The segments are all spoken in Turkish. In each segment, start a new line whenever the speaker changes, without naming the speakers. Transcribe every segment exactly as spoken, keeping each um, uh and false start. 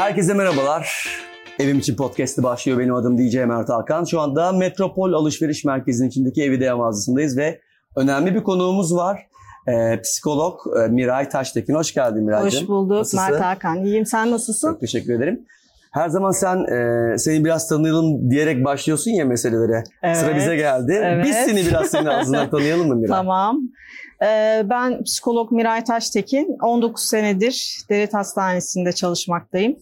Herkese merhabalar. Evim için podcast'ı başlıyor. Benim adım D J Mert Hakan. Şu anda Metropol Alışveriş Merkezi'nin içindeki Evide mağazasındayız ve önemli bir konuğumuz var. Ee, psikolog e, Miray Taştekin. Hoş geldin Miray'cığım.
Hoş bulduk
Nasılsın?
Mert Hakan. İyiyim. Sen nasılsın?
Çok teşekkür ederim. Her zaman sen e, seni biraz tanıyalım diyerek başlıyorsun ya meselelere.
Evet,
Sıra bize geldi.
evet.
Biz seni biraz senin ağzından tanıyalım mı Miray?
Tamam. Ee, ben psikolog Miray Taştekin. on dokuz senedir devlet hastanesinde çalışmaktayım.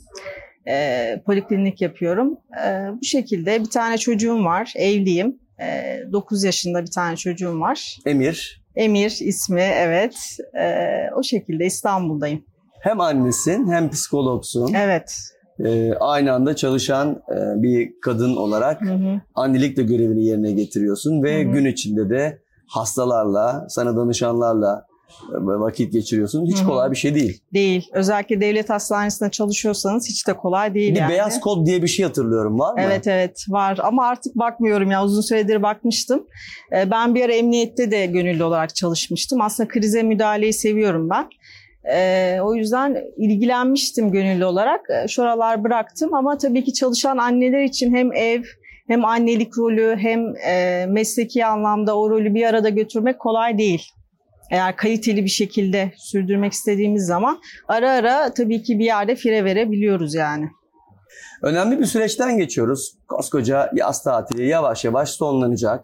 Ee, poliklinik yapıyorum. Ee, bu şekilde bir tane çocuğum var. Evliyim. Ee, dokuz yaşında bir tane çocuğum var.
Emir.
Emir ismi, evet. Ee, o şekilde İstanbul'dayım.
Hem annesin hem psikologsun.
Evet.
Ee, aynı anda çalışan e, bir kadın olarak
Hı hı.
annelik de görevini yerine getiriyorsun ve
Hı hı.
gün içinde de hastalarla, sana danışanlarla e, vakit geçiriyorsun. Hiç
Hı hı.
kolay bir şey değil.
Değil. Özellikle devlet hastanesinde çalışıyorsanız hiç de kolay değil
Bir
yani.
beyaz kod diye bir şey hatırlıyorum, var mı?
Evet evet var ama artık bakmıyorum ya, uzun süredir bakmıştım. Ee, Ben bir ara emniyette de gönüllü olarak çalışmıştım. Aslında krize müdahaleyi seviyorum ben. Ee, o yüzden ilgilenmiştim gönüllü olarak. Ee, Şu aralar bıraktım ama tabii ki çalışan anneler için hem ev hem annelik rolü hem e, mesleki anlamda o rolü bir arada götürmek kolay değil. Eğer kaliteli bir şekilde sürdürmek istediğimiz zaman ara ara tabii ki bir yerde fire verebiliyoruz yani.
Önemli bir süreçten geçiyoruz. Koskoca yaz tatili yavaş yavaş sonlanacak.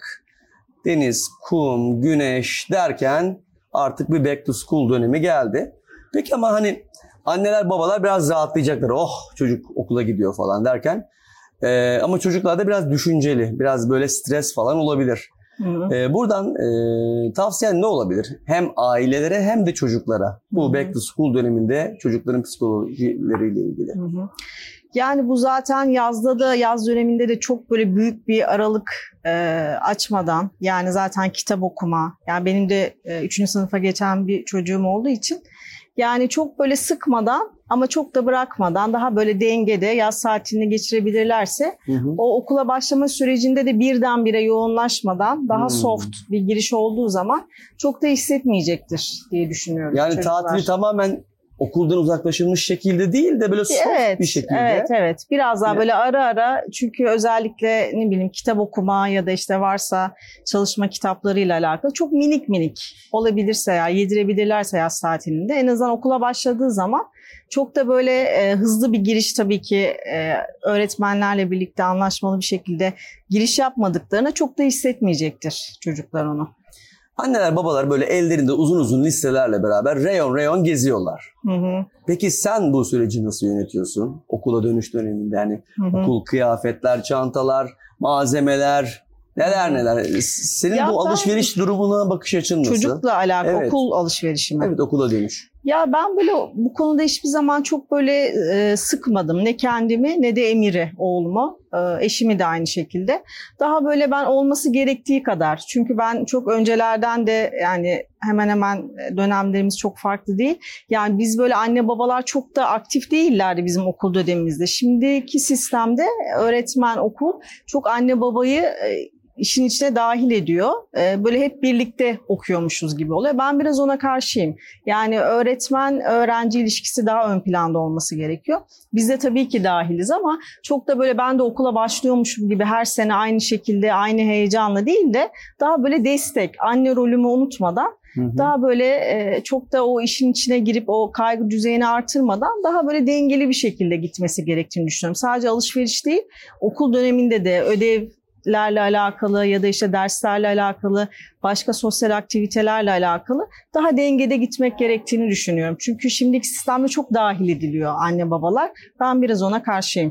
Deniz, kum, güneş derken artık bir back to school dönemi geldi. Peki ama hani anneler babalar biraz rahatlayacaklar. Oh, çocuk okula gidiyor falan derken. Ee, ama çocuklar da biraz düşünceli, biraz böyle stres falan olabilir.
Hı hı.
Ee, buradan e, tavsiyen ne olabilir? Hem ailelere hem de çocuklara. Bu
Hı hı.
back to school döneminde çocukların psikolojileriyle ilgili.
Hı hı. Yani bu zaten yazda da, yaz döneminde de çok böyle büyük bir aralık e, açmadan, yani zaten kitap okuma, yani benim de e, üçüncü sınıfa geçen bir çocuğum olduğu için yani çok böyle sıkmadan ama çok da bırakmadan daha böyle dengede yaz tatilini geçirebilirlerse
Hı hı.
o okula başlama sürecinde de birdenbire yoğunlaşmadan daha
Hmm.
soft bir giriş olduğu zaman çok da hissetmeyecektir diye düşünüyorum.
Yani
çocuklar.
tatili tamamen okuldan uzaklaşılmış şekilde değil de böyle soft
Evet,
bir şekilde.
evet, evet. Biraz daha
Evet.
böyle ara ara, çünkü özellikle ne bileyim kitap okuma ya da işte varsa çalışma kitaplarıyla alakalı çok minik minik olabilirse ya, yedirebilirlerse yaz tatilinde en azından okula başladığı zaman çok da böyle e, hızlı bir giriş, tabii ki e, öğretmenlerle birlikte anlaşmalı bir şekilde giriş yapmadıklarına çok da hissetmeyecektir çocuklar onu.
Anneler babalar böyle ellerinde uzun uzun listelerle beraber reyon reyon geziyorlar.
Hı hı.
Peki sen bu süreci nasıl yönetiyorsun? Okula dönüş döneminde hani
Hı hı.
okul kıyafetler, çantalar, malzemeler, neler neler. Senin
Ya
bu
ben-
alışveriş durumuna bakış açın nasıl?
Çocukla alakalı
Evet.
okul alışverişi mi?
Evet, okula dönüş.
Ya ben böyle bu konuda hiçbir zaman çok böyle e, sıkmadım. Ne kendimi ne de Emir'i, oğlumu, e, eşimi de aynı şekilde. Daha böyle ben olması gerektiği kadar. Çünkü ben çok öncelerden de, yani hemen hemen dönemlerimiz çok farklı değil. Yani biz böyle anne babalar çok da aktif değillerdi bizim okul dönemimizde. Şimdiki sistemde öğretmen, okul çok anne babayı e, işin içine dahil ediyor. Ee, böyle hep birlikte okuyormuşuz gibi oluyor. Ben biraz ona karşıyım. Yani öğretmen-öğrenci ilişkisi daha ön planda olması gerekiyor. Biz de tabii ki dahiliz ama çok da böyle ben de okula başlıyormuşum gibi her sene aynı şekilde, aynı heyecanla değil de daha böyle destek, anne rolümü unutmadan,
Hı hı.
daha böyle e, çok da o işin içine girip o kaygı düzeyini artırmadan daha böyle dengeli bir şekilde gitmesi gerektiğini düşünüyorum. Sadece alışveriş değil, okul döneminde de ödev lerle alakalı ya da işte derslerle alakalı, başka sosyal aktivitelerle alakalı daha dengede gitmek gerektiğini düşünüyorum. Çünkü şimdiki sistemde çok dahil ediliyor anne babalar. Ben biraz ona karşıyım.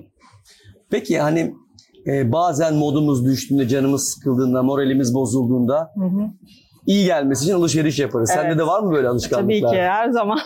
Peki hani e, bazen modumuz düştüğünde, canımız sıkıldığında, moralimiz bozulduğunda
Hı hı.
iyi gelmesi için alışveriş yaparız.
Evet.
Sende de var mı böyle alışkanlıklar?
Tabii ki her zaman.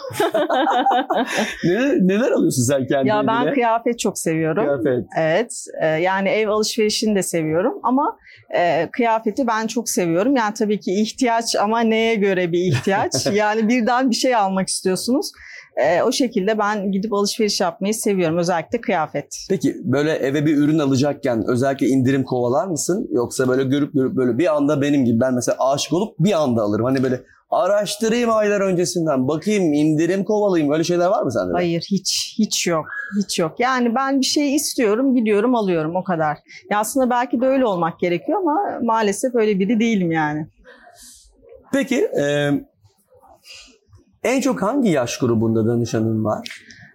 neler, neler alıyorsun sen kendine?
Ya ben
evine?
kıyafet çok seviyorum.
Kıyafet.
Evet. e, Yani ev alışverişini de seviyorum ama e, kıyafeti ben çok seviyorum. Yani tabii ki ihtiyaç, ama neye göre bir ihtiyaç? Yani birden bir şey almak istiyorsunuz. E, o şekilde ben gidip alışveriş yapmayı seviyorum. Özellikle kıyafet.
Peki böyle eve bir ürün alacakken özellikle indirim kovalar mısın? Yoksa böyle görüp görüp böyle bir anda benim gibi, ben mesela aşık olup bir anda alırım. Hani böyle araştırayım aylar öncesinden, bakayım, indirim kovalayayım, öyle şeyler var mı sende de?
Hayır, hiç hiç yok. Hiç yok. Yani ben bir şey istiyorum, gidiyorum, alıyorum, o kadar. Ya aslında belki de öyle olmak gerekiyor ama maalesef öyle biri değilim yani.
Peki e, en çok hangi yaş grubunda danışanın var?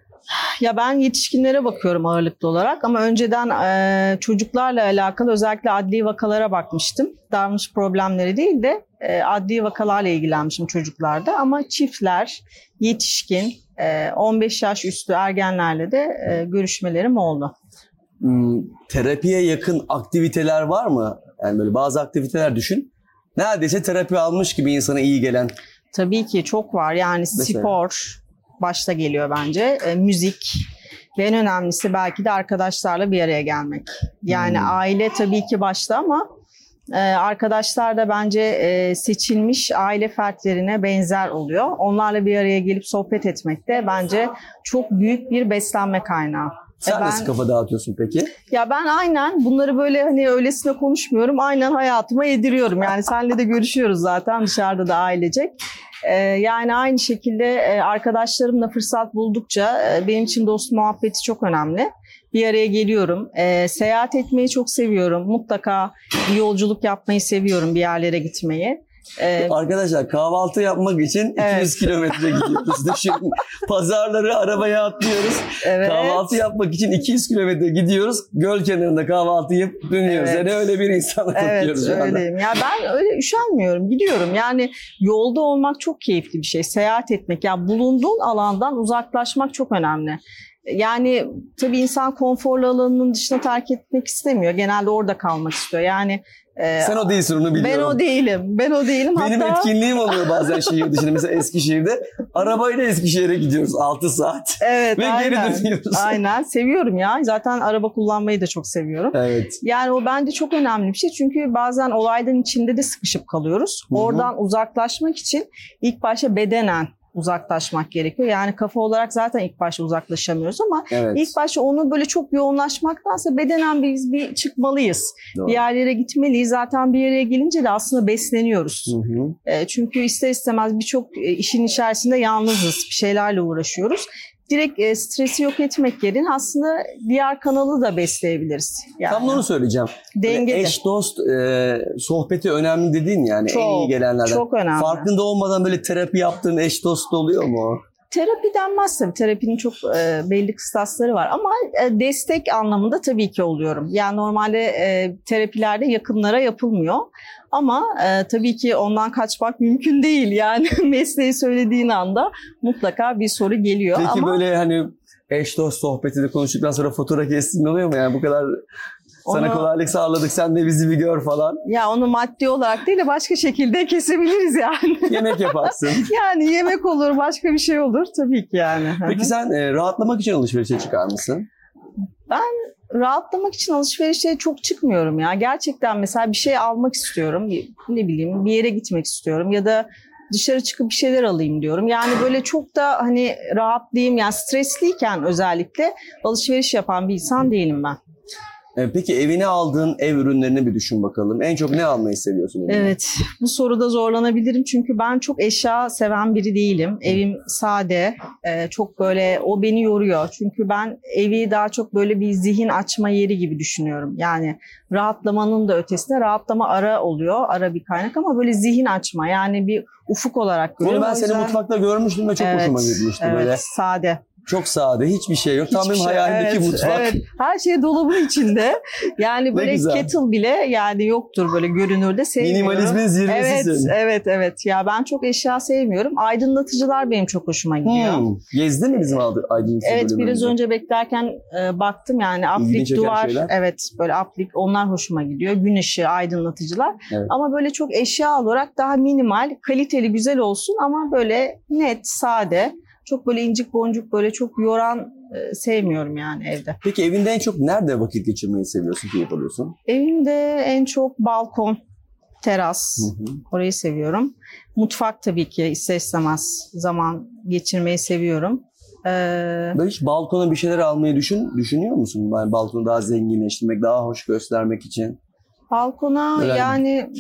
Ya ben yetişkinlere bakıyorum ağırlıklı olarak ama önceden e, çocuklarla alakalı özellikle adli vakalara bakmıştım. Davranış problemleri değil de e, adli vakalarla ilgilenmişim çocuklarda ama çiftler, yetişkin, e, on beş yaş üstü ergenlerle de e, görüşmelerim oldu.
Hmm, terapiye yakın aktiviteler var mı? Yani böyle bazı aktiviteler düşün. Neredeyse terapi almış gibi insana iyi gelen.
Tabii ki çok var. Yani
Mesela?
spor başta geliyor bence. E, müzik ve en önemlisi belki de arkadaşlarla bir araya gelmek. Yani
Hmm.
aile tabii ki başta ama e, arkadaşlar da bence e, seçilmiş aile fertlerine benzer oluyor. Onlarla bir araya gelip sohbet etmek de bence çok büyük bir beslenme kaynağı.
Sen
E, ben-
nasıl kafa dağıtıyorsun peki?
Ya ben aynen bunları böyle hani öylesine konuşmuyorum. Aynen hayatıma yediriyorum. Yani seninle de görüşüyoruz zaten dışarıda da ailecek. Ee, yani aynı şekilde e, arkadaşlarımla fırsat buldukça e, benim için dost muhabbeti çok önemli. Bir araya geliyorum. E, seyahat etmeyi çok seviyorum. Mutlaka bir yolculuk yapmayı seviyorum, bir yerlere gitmeyi. E,
Arkadaşlar kahvaltı yapmak için
Evet.
iki yüz kilometre gidiyoruz. Düşünün. Pazarları arabaya atlıyoruz.
evet.
Kahvaltı yapmak için iki yüz kilometre gidiyoruz. Göl kenarında kahvaltı yapıp dönüyoruz.
Evet.
Yani öyle bir insanla
Evet,
bakıyoruz şu anda.
öyleyim. Ya ben öyle üşenmiyorum, gidiyorum. Yani yolda olmak çok keyifli bir şey. Seyahat etmek, ya bulunduğun alandan uzaklaşmak çok önemli. Yani tabii insan konforlu alanının dışına terk etmek istemiyor. Genelde orada kalmak istiyor. Yani e,
Sen o değilsin, onu biliyorum.
ben o değilim. Ben o değilim.
Benim
Hatta
etkinliğim oluyor bazen şehir dışında. Mesela Eskişehir'de arabayla Eskişehir'e gidiyoruz altı saat.
evet,
Ve geri
aynen.
dönüyoruz.
Aynen. Seviyorum ya. Zaten araba kullanmayı da çok seviyorum.
Evet.
Yani o bence çok önemli bir şey. Çünkü bazen olayların içinde de sıkışıp kalıyoruz.
Hı hı.
Oradan uzaklaşmak için ilk başta bedenen uzaklaşmak gerekiyor. Yani kafa olarak zaten ilk başta uzaklaşamıyoruz ama
Evet.
ilk başta onu böyle çok yoğunlaşmaktansa bedenen biz bir çıkmalıyız.
Doğru.
Bir yerlere gitmeliyiz. Zaten bir yere gelince de aslında besleniyoruz.
Hı hı.
E, çünkü ister istemez birçok e, işin içerisinde yalnızız. Bir şeylerle uğraşıyoruz. Direkt e, stresi yok etmek yerine aslında diğer kanalı da besleyebiliriz. Yani
Tam da onu söyleyeceğim. Böyle
dengede.
eş dost e, sohbeti önemli dedin yani, en iyi
Çok,
gelenlerden.
çok önemli.
Farkında olmadan böyle terapi yaptığın eş dost oluyor mu?
Terapi denmez tabii. Terapinin çok e, belli kıstasları var ama e, destek anlamında tabii ki oluyorum. Yani normalde e, terapilerde yakınlara yapılmıyor. Ama e, tabii ki ondan kaçmak mümkün değil. Yani mesleği söylediğin anda mutlaka bir soru geliyor.
Peki
ama
böyle hani eş dost sohbetinde konuştuktan sonra fatura kestiğin oluyor mu? Yani bu kadar sana
Onu-
kolaylık sağladık, sen de bizi bir gör falan.
ya onu maddi olarak değil de başka şekilde kesebiliriz yani.
Yemek yaparsın.
Yani yemek olur, başka bir şey olur tabii ki yani.
Peki sen e, rahatlamak için alışverişe çıkar mısın?
Rahatlamak için alışverişe çok çıkmıyorum ya. Gerçekten mesela bir şey almak istiyorum. Bir- Ne bileyim bir yere gitmek istiyorum ya da dışarı çıkıp bir şeyler alayım diyorum. Yani böyle çok da hani rahatlayayım, yani stresliyken özellikle alışveriş yapan bir insan değilim ben.
E, peki evine aldığın ev ürünlerini bir düşün bakalım. En çok ne almayı seviyorsun evine?
Evet, bu soruda zorlanabilirim çünkü ben çok eşya seven biri değilim. Evim sade, e, çok böyle o beni yoruyor. Çünkü ben evi daha çok böyle bir zihin açma yeri gibi düşünüyorum. Yani rahatlamanın da ötesinde rahatlama ara oluyor, ara bir kaynak ama böyle zihin açma, yani bir ufuk olarak görüyorum.
Bunu ben
O
seni
yüzden-
mutfakta görmüştüm ve çok
Evet,
hoşuma gitmişti
evet,
böyle.
sade.
Çok sade, hiçbir şey yok. Tam
Hiçbir
benim
şey-
hayalimdeki
evet,
mutfak.
Evet, her şey dolabın içinde. Yani böyle
güzel.
kettle bile yani yoktur böyle görünürde, sevmiyorum.
Minimalizmin zirvesisin.
Evet, evet, evet. Ya ben çok eşya sevmiyorum. Aydınlatıcılar benim çok hoşuma gidiyor.
Hmm. Gezdin mi bizim aldı- aydınlatıcı
Evet, biraz
bölümümüzü?
önce beklerken e, baktım yani
İlgini
aplik
çeken
duvar,
şeyler.
evet böyle aplik, onlar hoşuma gidiyor. Gün ışığı aydınlatıcılar.
Evet.
Ama böyle çok eşya olarak daha minimal, kaliteli, güzel olsun ama böyle net, sade. Çok böyle incik boncuk, böyle çok yoran e, sevmiyorum yani evde.
Peki evinde en çok nerede vakit geçirmeyi seviyorsun, keyif alıyorsun?
Evimde en çok balkon, teras,
Hı hı.
orayı seviyorum. Mutfak tabii ki ister istemez zaman geçirmeyi seviyorum. Ee,
Böyle hiç balkona bir şeyler almayı düşün, düşünüyor musun? Yani balkonu daha zenginleştirmek, daha hoş göstermek için.
balkona
Öyle-
yani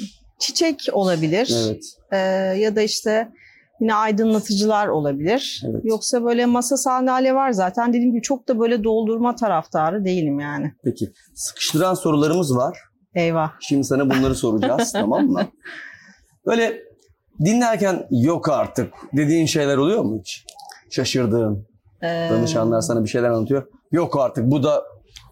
çiçek olabilir.
Evet.
Ee, ya da işte yine aydınlatıcılar olabilir.
Evet.
Yoksa böyle masa sandalye var zaten. Dediğim gibi çok da böyle doldurma taraftarı değilim yani.
Peki. Sıkıştıran sorularımız var.
Eyvah.
Şimdi sana bunları soracağız, tamam mı? Böyle dinlerken yok artık dediğin şeyler oluyor mu hiç? Şaşırdığın,
Ee,
danışanlar sana bir şeyler anlatıyor. Yok artık bu da...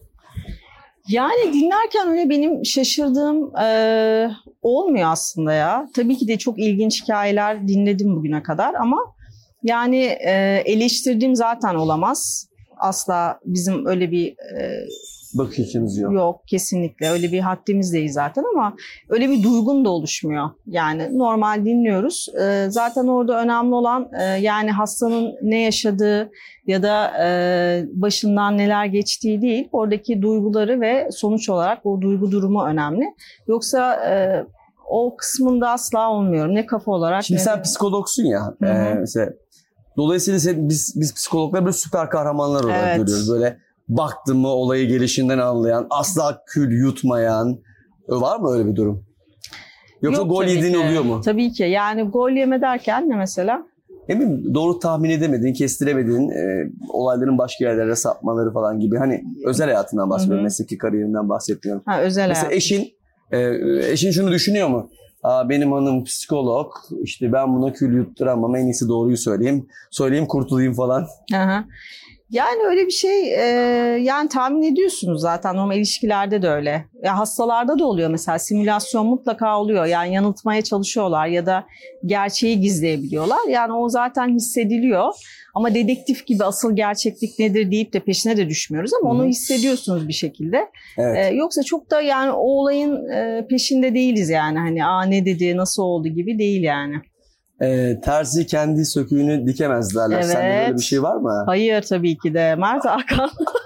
Yani dinlerken öyle benim şaşırdığım e, olmuyor aslında ya. Tabii ki de çok ilginç hikayeler dinledim bugüne kadar ama yani e, eleştirdiğim zaten olamaz. Asla bizim öyle bir e,
Bakış açınız yok.
yok kesinlikle öyle bir haddimiz değil zaten ama öyle bir duygun da oluşmuyor. Yani normal dinliyoruz. E, zaten orada önemli olan e, yani hastanın ne yaşadığı ya da e, başından neler geçtiği değil. Oradaki duyguları ve sonuç olarak o duygu durumu önemli. Yoksa e, o kısmında asla olmuyorum. Ne kafa olarak
Şimdi
ne
sen
de...
psikologsun ya.
Hı hı.
E, mesela, dolayısıyla sen, biz, biz psikologlar böyle süper kahramanlar olarak
Evet.
görüyoruz. Böyle baktın mı olayı gelişinden anlayan, asla kül yutmayan. Var mı öyle bir durum? Yoksa
Yok,
gol
tabii
yediğin
ki.
oluyor mu?
Tabii ki. Yani gol yeme derken ne mesela?
Emin doğru tahmin edemediğin, kestiremediğin e, olayların başka yerlere sapmaları falan gibi. Hani özel hayatından bahsediyorum,
Hı hı.
mesleki kariyerinden bahsetmiyorum.
Ha, özel
Mesela
hayat.
eşin, e, eşin şunu düşünüyor mu? Aa, benim hanım psikolog, işte ben buna kül yutturamam, en iyisi doğruyu söyleyeyim, söyleyeyim kurtulayım falan.
Aha. Yani öyle bir şey e, yani tahmin ediyorsunuz zaten normal ilişkilerde de öyle. Ya hastalarda da oluyor mesela simülasyon mutlaka oluyor. Yani yanıltmaya çalışıyorlar ya da gerçeği gizleyebiliyorlar. Yani o zaten hissediliyor. Ama dedektif gibi asıl gerçeklik nedir deyip de peşine de düşmüyoruz ama
Hı hı.
onu hissediyorsunuz bir şekilde.
Evet.
E, yoksa çok da yani o olayın e, peşinde değiliz yani. Hani aa ne dedi, nasıl oldu gibi değil yani.
E, terzi kendi söküğünü dikemez derler.
Evet.
Sende böyle bir şey var mı?
Hayır tabii ki de. Mert Hakan.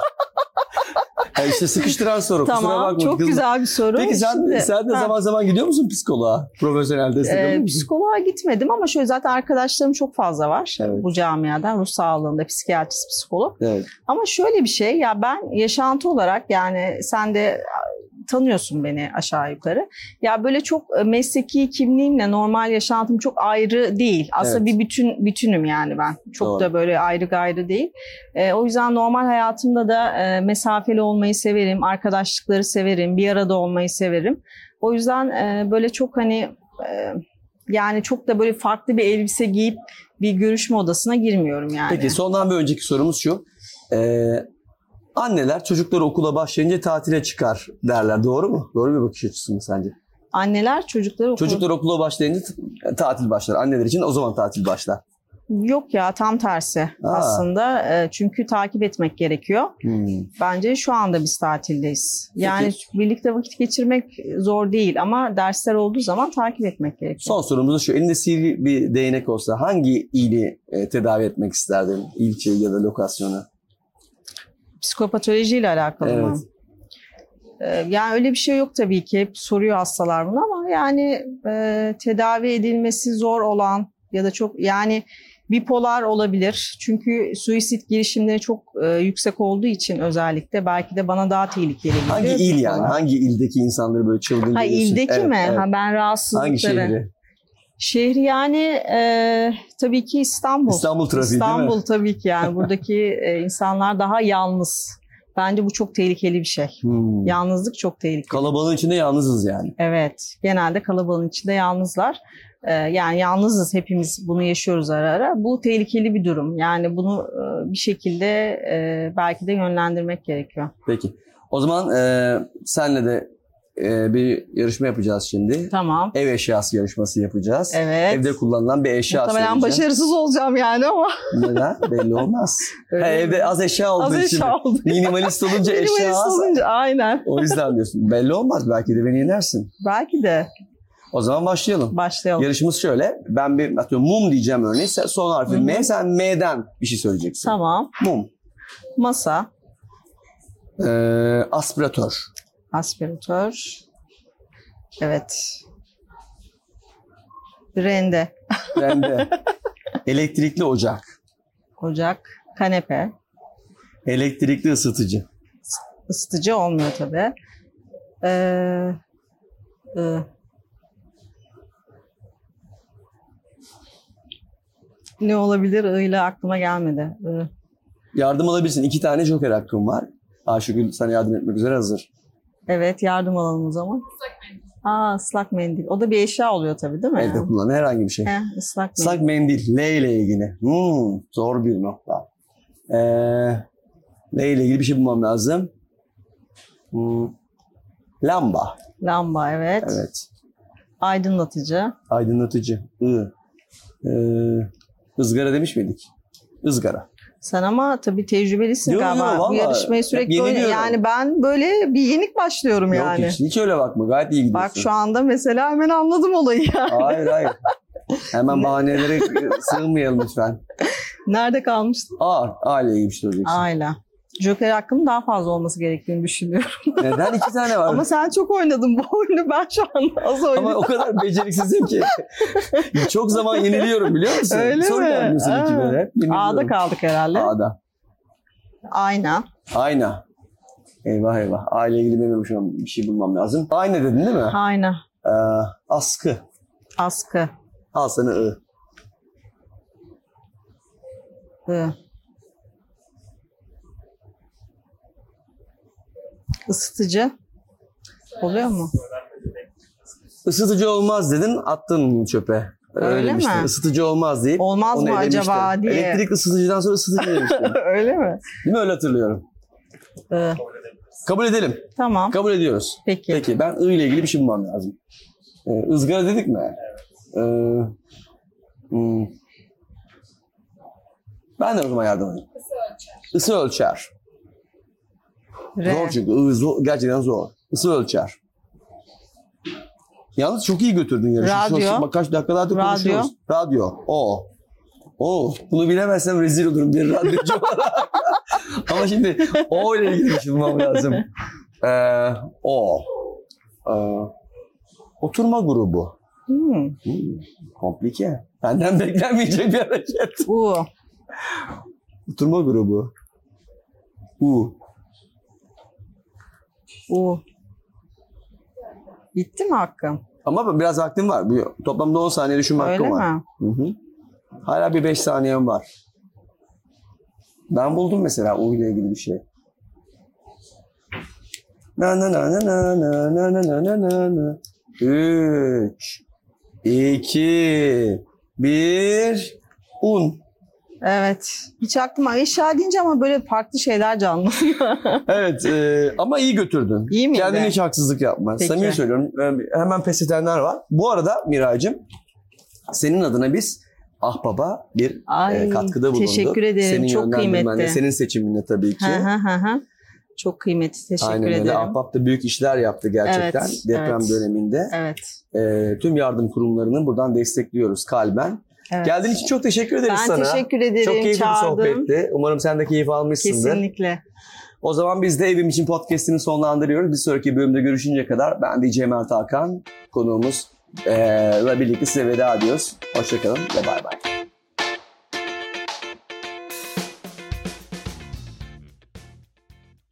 Ha, işte sıkıştıran soru. Kusura
Tamam,
bakma
çok
kızım.
güzel bir soru.
Peki sen,
Şimdi,
sen de
ha,
zaman zaman gidiyor musun psikoloğa? Profesyonel destek alıyor
e,
musun?
psikoloğa gitmedim ama şöyle zaten arkadaşlarım çok fazla var
Evet.
bu camiadan. Ruh sağlığında psikiyatrist, psikolog.
Evet.
Ama şöyle bir şey ya ben yaşantı olarak yani sen de tanıyorsun beni aşağı yukarı. Ya böyle çok mesleki kimliğimle normal yaşantım çok ayrı değil. Aslında
Evet.
bir bütün bütünüm yani ben. Çok
Doğru.
da böyle ayrı gayrı değil. E, o yüzden normal hayatımda da e, mesafeli olmayı severim. Arkadaşlıkları severim. Bir arada olmayı severim. O yüzden e, böyle çok hani e, yani çok da böyle farklı bir elbise giyip bir görüşme odasına girmiyorum yani.
Peki sondan bir önceki sorumuz şu. Ee, anneler çocukları okula başlayınca tatile çıkar derler. Doğru mu? Doğru bir bakış açısı mı sence?
Anneler çocukları okula...
Çocuklar okula başlayınca t- tatil başlar. Anneler için o zaman tatil başlar.
Yok ya tam tersi
Aa.
aslında. E, çünkü takip etmek gerekiyor.
Hmm.
Bence şu anda biz tatildeyiz. Yani
Peki.
birlikte vakit geçirmek zor değil ama dersler olduğu zaman takip etmek gerekiyor.
Son sorumuz da şu. Elinde sivri bir değnek olsa hangi ili e, tedavi etmek isterdin? İlçeyi ya da lokasyonu?
Psikopatolojiyle alakalı mı?
Evet.
Ee, Yani öyle bir şey yok tabii ki. Hep soruyor hastalar bunu ama yani e, tedavi edilmesi zor olan ya da çok yani bipolar olabilir. Çünkü suisit girişimleri çok e, yüksek olduğu için özellikle belki de bana daha tehlikeli geliyor.
Hangi il yani?
Bipolar.
Hangi ildeki insanları böyle çılgın
Ha
görüyorsun?
ildeki
Evet,
mi?
evet.
Ha ben rahatsızlıkları.
Hangi şehri?
Şehri yani e, tabii ki İstanbul.
İstanbul trafiği değil mi?
İstanbul tabii ki yani buradaki e, insanlar daha yalnız. Bence bu çok tehlikeli bir şey.
Hmm.
Yalnızlık çok tehlikeli.
Kalabalığın içinde yalnızız yani.
Evet, genelde kalabalığın içinde yalnızlar. Ee, yani yalnızız hepimiz bunu yaşıyoruz ara ara. Bu tehlikeli bir durum. Yani bunu e, bir şekilde e, belki de yönlendirmek gerekiyor.
Peki. O zaman e, senle de e, bir yarışma yapacağız şimdi.
Tamam.
Ev eşyası yarışması yapacağız.
Evet.
Evde kullanılan bir eşya
Muhtemelen
söyleyeceğim.
başarısız olacağım yani ama.
Neden? Belli olmaz.
Öyle
Ha,
mi?
evde az eşya olduğu
Az
için.
eşya oldu.
Minimalist olunca eşya
Minimalist
az.
olunca aynen.
O yüzden diyorsun. Belli olmaz. Belki de beni yenersin.
Belki de.
O zaman başlayalım.
Başlayalım.
Yarışımız şöyle. Ben bir atıyorum mum diyeceğim örneğin. Sen son harfi
Hı hı.
M. Sen M'den bir şey söyleyeceksin.
Tamam.
Mum.
Masa,
Ee, aspiratör.
aspiratör. Evet. Rende,
Rende. Elektrikli ocak.
ocak, kanepe.
Elektrikli ısıtıcı.
Isıtıcı olmuyor tabii. Ee, ı, Ne olabilir? I ile aklıma gelmedi. I.
Yardım alabilirsin. İki tane joker hakkım var. Ayşegül sana yardım etmek üzere hazır.
Evet, yardım alalım o zaman.
Islak mendil.
Aa, ıslak mendil. O da bir eşya oluyor tabii, değil mi?
Evde kullanılan herhangi bir şey.
Heh, ıslak mendil.
Islak mendil. L ile ilgili. Hmm, zor bir nokta. Ee, L ile ilgili bir şey bulmam lazım. Hmm, lamba.
Lamba, evet.
Evet.
Aydınlatıcı.
Aydınlatıcı. I. Ee, ızgara demiş miydik? Izgara.
Sen ama tabii tecrübelisin
Yo, yo,
galiba. Bu
vallahi.
yarışmayı sürekli
Hep
oynuyor.
yeniliyorum.
Yani ben böyle bir yenik başlıyorum yani.
Yok hiç, hiç öyle bakma. Gayet iyi gidiyorsun.
Bak şu anda mesela hemen anladım olayı ya.
Hayır hayır. Hemen bahanelere sığınmayalım lütfen.
Nerede kalmıştın?
A. A ile ilgili bir şey söyleyeceksin.
Aile. Joker hakkının daha fazla olması gerektiğini düşünüyorum.
Neden iki tane var?
Ama sen çok oynadın bu oyunu. Ben şu anda az oynadım.
Ama o kadar beceriksizim ki. Çok zaman yeniliyorum biliyor musun?
Öyle
Soru
mi?
gelmiyorsun
Ha.
iki böyle.
A'da kaldık herhalde.
A'da.
Ayna.
Ayna. Eyvah eyvah. A ile ilgili benim şu an bir şey bulmam lazım. Ayna dedin değil mi?
Ayna.
Ee, askı.
Askı.
Al sana I.
I. Isıtıcı. Oluyor mu?
Isıtıcı olmaz dedin, attın çöpe.
Öyle mi?
demiştin. Isıtıcı olmaz deyip
Olmaz
onu
mı
elemiştin.
acaba diye.
Elektrik ısıtıcıdan sonra ısıtıcı demiştin.
Öyle mi?
Değil mi? Öyle hatırlıyorum.
I.
Kabul edelim.
Tamam.
Kabul ediyoruz.
Peki.
Peki ben I ile ilgili bir şey bulmam lazım. Ee, ızgara dedik mi? Ee, hmm. Ben de o zaman yardım edeyim.
Isı ölçer.
Isı ölçer.
R.
Zor çünkü. I, zor, gerçekten zor. Isı ölçer. Yalnız çok iyi götürdün yarışı.
Radyo.
Şu- Bak kaç dakikalardır
Radyo.
konuşuyoruz. Radyo. O. O. Bunu bilemezsem rezil olurum bir radyocu olarak. Ama şimdi O ile ilgili bir şey bulmam lazım. Ee, o. Ee, oturma grubu.
Hmm.
Hmm, komplike. Benden beklenmeyecek bir hareket.
U.
Oturma grubu. U.
U. Bitti mi hakkım?
Ama biraz vaktim var. Bu- Toplamda on saniye düşünme
Öyle
hakkım var.
mi?
Hı hı. Hala bir beş saniyem var. Ben buldum mesela U ile ilgili bir şey. Na na na na na na na na na na na. Üç, iki, bir, un.
Evet. Hiç aklıma eşya deyince ama böyle farklı şeyler canlanıyor.
Evet e, ama iyi götürdün.
İyi miydi?
Kendine hiç haksızlık yapma.
Peki.
Samimi söylüyorum. E, hemen pes edenler var. Bu arada Miraycığım senin adına biz Ahbap'a bir
Ay,
e, katkıda bulunduk.
teşekkür ederim.
Senin
Çok
yönlendirmenle,
kıymetli.
senin seçiminle tabii ki.
Hı hı hı hı. Çok kıymetli. Teşekkür
Aynen öyle.
ederim.
Ahbap da büyük işler yaptı gerçekten
Evet,
deprem
evet.
döneminde.
Evet.
E, tüm yardım kurumlarını buradan destekliyoruz kalben.
Evet.
Geldiğin için çok teşekkür ederiz
Ben
sana.
teşekkür ederim.
Çok keyifli bir
Çağırdın.
sohbetti. Umarım sen de keyif almışsındır.
Kesinlikle.
O zaman biz de Evim İçin Podcast'ini sonlandırıyoruz. Bir sonraki bölümde görüşünceye kadar ben D J Mert Hakan, konuğumuz ile birlikte size veda ediyoruz. Hoşçakalın ve bay bay.